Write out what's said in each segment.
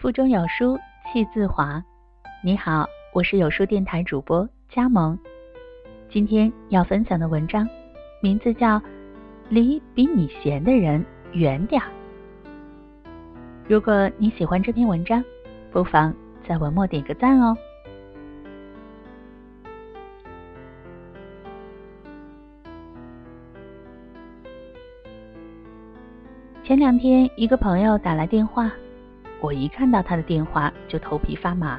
腹中有书气自华。你好，我是有书电台主播佳萌。今天要分享的文章名字叫离比你闲的人远点。如果你喜欢这篇文章，不妨在文末点个赞哦。前两天一个朋友打来电话，我一看到他的电话就头皮发麻。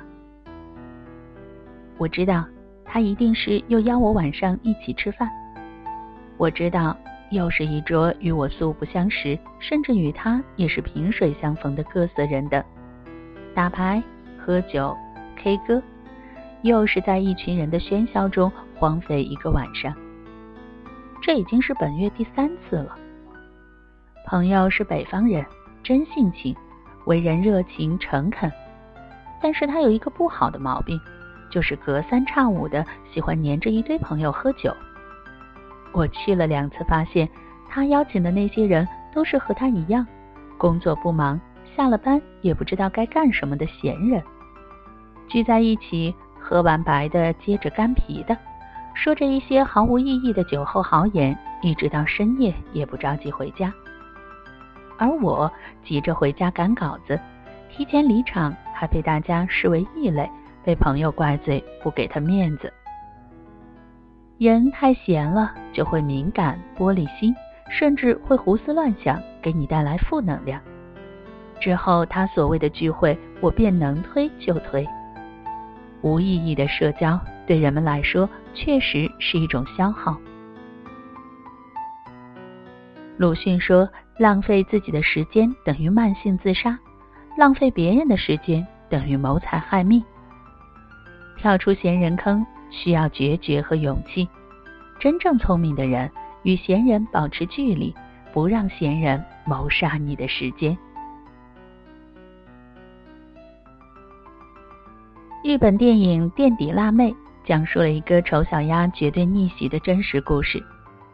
我知道他一定是又邀我晚上一起吃饭，我知道又是一桌与我素不相识，甚至与他也是萍水相逢的各色人等，打牌、喝酒、K 歌，又是在一群人的喧嚣中荒废一个晚上。这已经是本月第3次了。朋友是北方人，真性情，为人热情诚恳，但是他有一个不好的毛病，就是隔三差五的喜欢黏着一堆朋友喝酒。我去了2次，发现他邀请的那些人都是和他一样，工作不忙，下了班也不知道该干什么的闲人，聚在一起，喝完白的接着干啤的，说着一些毫无意义的酒后豪言，一直到深夜也不着急回家。而我急着回家赶稿子，提前离场，还被大家视为异类，被朋友怪罪不给他面子。人太闲了就会敏感、玻璃心，甚至会胡思乱想，给你带来负能量。之后他所谓的聚会，我便能推就推。无意义的社交对人们来说确实是一种消耗。鲁迅说，浪费自己的时间等于慢性自杀，浪费别人的时间等于谋财害命。跳出闲人坑需要决绝和勇气。真正聪明的人与闲人保持距离，不让闲人谋杀你的时间。日本电影《垫底辣妹》讲述了一个丑小鸭绝对逆袭的真实故事。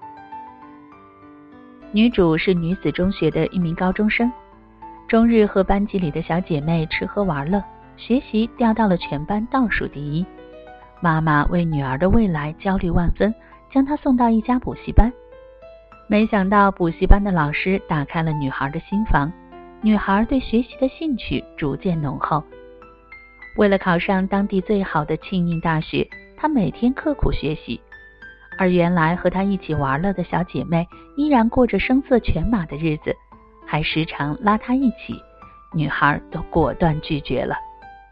女主是女子中学的一名高中生，终日和班级里的小姐妹吃喝玩乐，学习掉到了全班倒数第一。妈妈为女儿的未来焦虑万分，将她送到一家补习班。没想到补习班的老师打开了女孩的心房，女孩对学习的兴趣逐渐浓厚。为了考上当地最好的庆应大学，她每天刻苦学习。而原来和她一起玩乐的小姐妹依然过着声色犬马的日子，还时常拉她一起，女孩都果断拒绝了。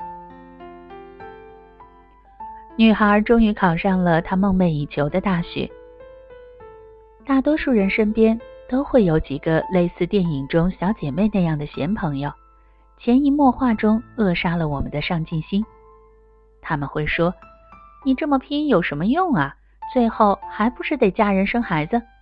女孩终于考上了她梦寐以求的大学。大多数人身边都会有几个类似电影中小姐妹那样的闲朋友，潜移默化中扼杀了我们的上进心。他们会说，你这么拼有什么用啊？最后还不是得嫁人生孩子？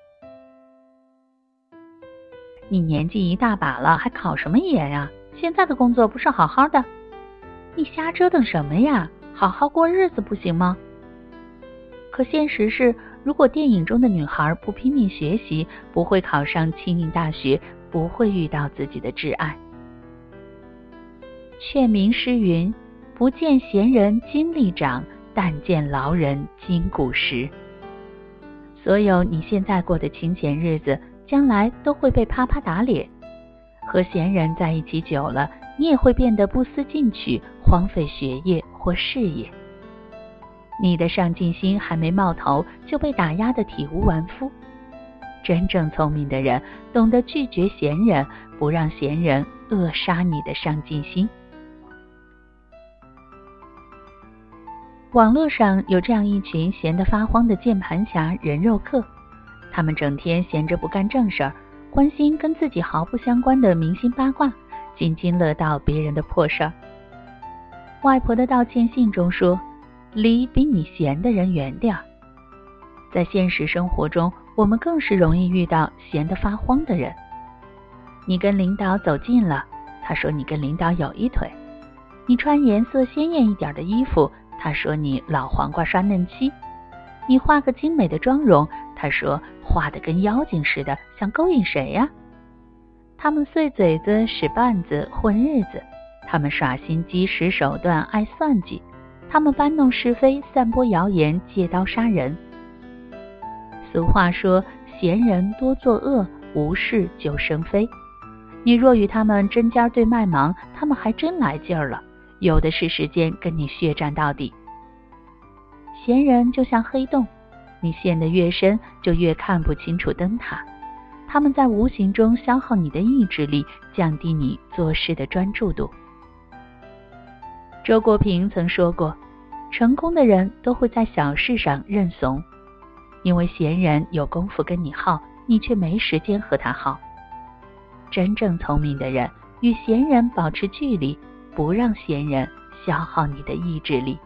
你年纪一大把了，还考什么研啊？现在的工作不是好好的？你瞎折腾什么呀？好好过日子不行吗？可现实是，如果电影中的女孩不拼命学习，不会考上庆应大学，不会遇到自己的挚爱。劝民诗云，不见闲人精力长，但见劳人筋骨实。所有你现在过的清闲日子，将来都会被啪啪打脸。和闲人在一起久了，你也会变得不思进取，荒废学业或事业。你的上进心还没冒头，就被打压得体无完肤。真正聪明的人，懂得拒绝闲人，不让闲人扼杀你的上进心。网络上有这样一群闲得发慌的键盘侠人肉客，他们整天闲着不干正事儿，关心跟自己毫不相关的明星八卦，津津乐道别人的破事儿。外婆的道歉信中说，离比你闲的人远点儿。在现实生活中，我们更是容易遇到闲得发慌的人。你跟领导走近了，他说你跟领导有一腿；你穿颜色鲜艳一点的衣服，他说你老黄瓜刷嫩漆；你画个精美的妆容，他说画得跟妖精似的，想勾引谁呀？他们碎嘴子使绊子混日子， 他们耍心机、使手段、爱算计，他们搬弄是非、散播谣言、借刀杀人。俗话说，闲人多作恶，无事就生非。你若与他们针尖对麦芒，他们还真来劲儿了，有的是时间跟你血战到底。闲人就像黑洞，你陷得越深，就越看不清楚灯塔。他们在无形中消耗你的意志力，降低你做事的专注度。周国平曾说过，成功的人都会在小事上认怂，因为闲人有功夫跟你耗，你却没时间和他耗。真正聪明的人与闲人保持距离，不让闲人消耗你的意志力。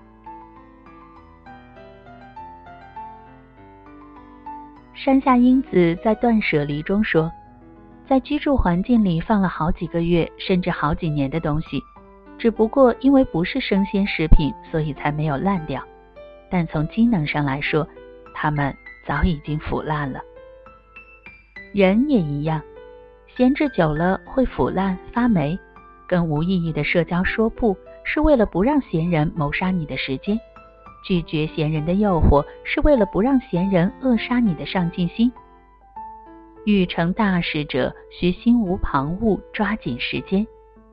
山下英子在断舍离中说，在居住环境里放了好几个月甚至好几年的东西，只不过因为不是生鲜食品，所以才没有烂掉，但从机能上来说，它们早已经腐烂了。人也一样，闲置久了会腐烂发霉，跟无意义的社交说不，是为了不让闲人谋杀你的时间，拒绝闲人的诱惑，是为了不让闲人扼杀你的上进心。欲成大事者，须心无旁骛，抓紧时间。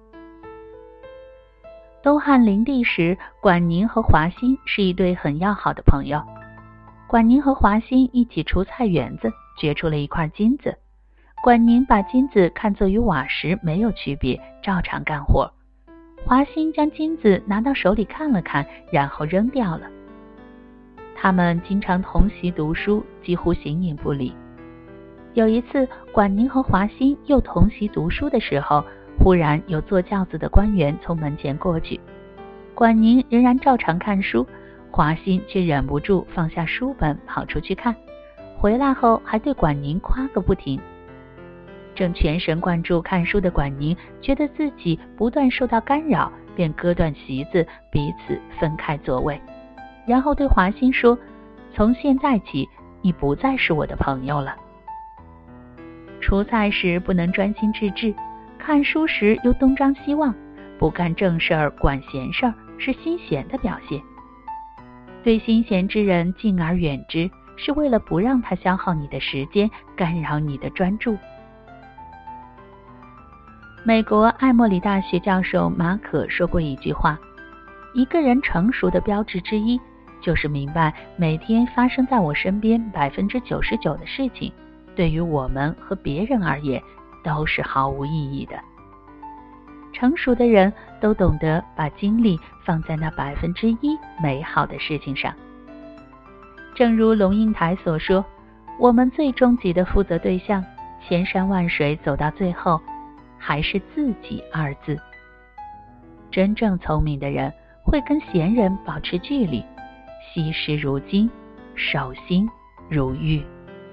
东汉灵帝时，管宁和华歆是一对很要好的朋友。管宁和华歆一起除菜园子，掘出了一块金子。管宁把金子看作与瓦石没有区别，照常干活。华歆将金子拿到手里看了看，然后扔掉了。他们经常同席读书，几乎形影不离。有一次，管宁和华歆又同席读书的时候，忽然有坐轿子的官员从门前过去。管宁仍然照常看书，华歆却忍不住放下书本跑出去看，回来后还对管宁夸个不停。正全神贯注看书的管宁觉得自己不断受到干扰，便割断席子，彼此分开座位，然后对华歆说，从现在起，你不再是我的朋友了。除菜时不能专心致志，看书时又东张西望，不干正事儿管闲事儿，是心闲的表现。对心闲之人敬而远之，是为了不让他消耗你的时间，干扰你的专注。美国艾默里大学教授马可说过一句话，一个人成熟的标志之一，就是明白每天发生在我身边99%的事情，对于我们和别人而言都是毫无意义的。成熟的人都懂得把精力放在那1%美好的事情上。正如龙应台所说，我们最终极的负责对象，千山万水走到最后，还是自己2字。真正聪明的人会跟闲人保持距离，惜时如金，守心如玉。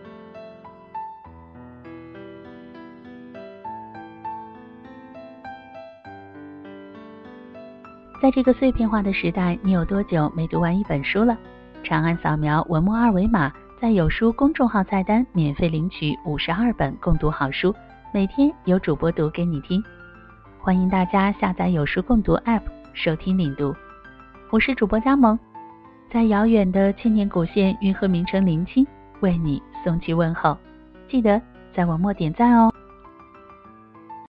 在这个碎片化的时代，你有多久没读完一本书了？长按扫描文末2维码，在有书公众号菜单免费领取52本共读好书，每天有主播读给你听。欢迎大家下载有书共读 App 收听领读。我是主播佳萌，在遥远的千年古县运河名城临清为你送去问候，记得在文末点赞哦。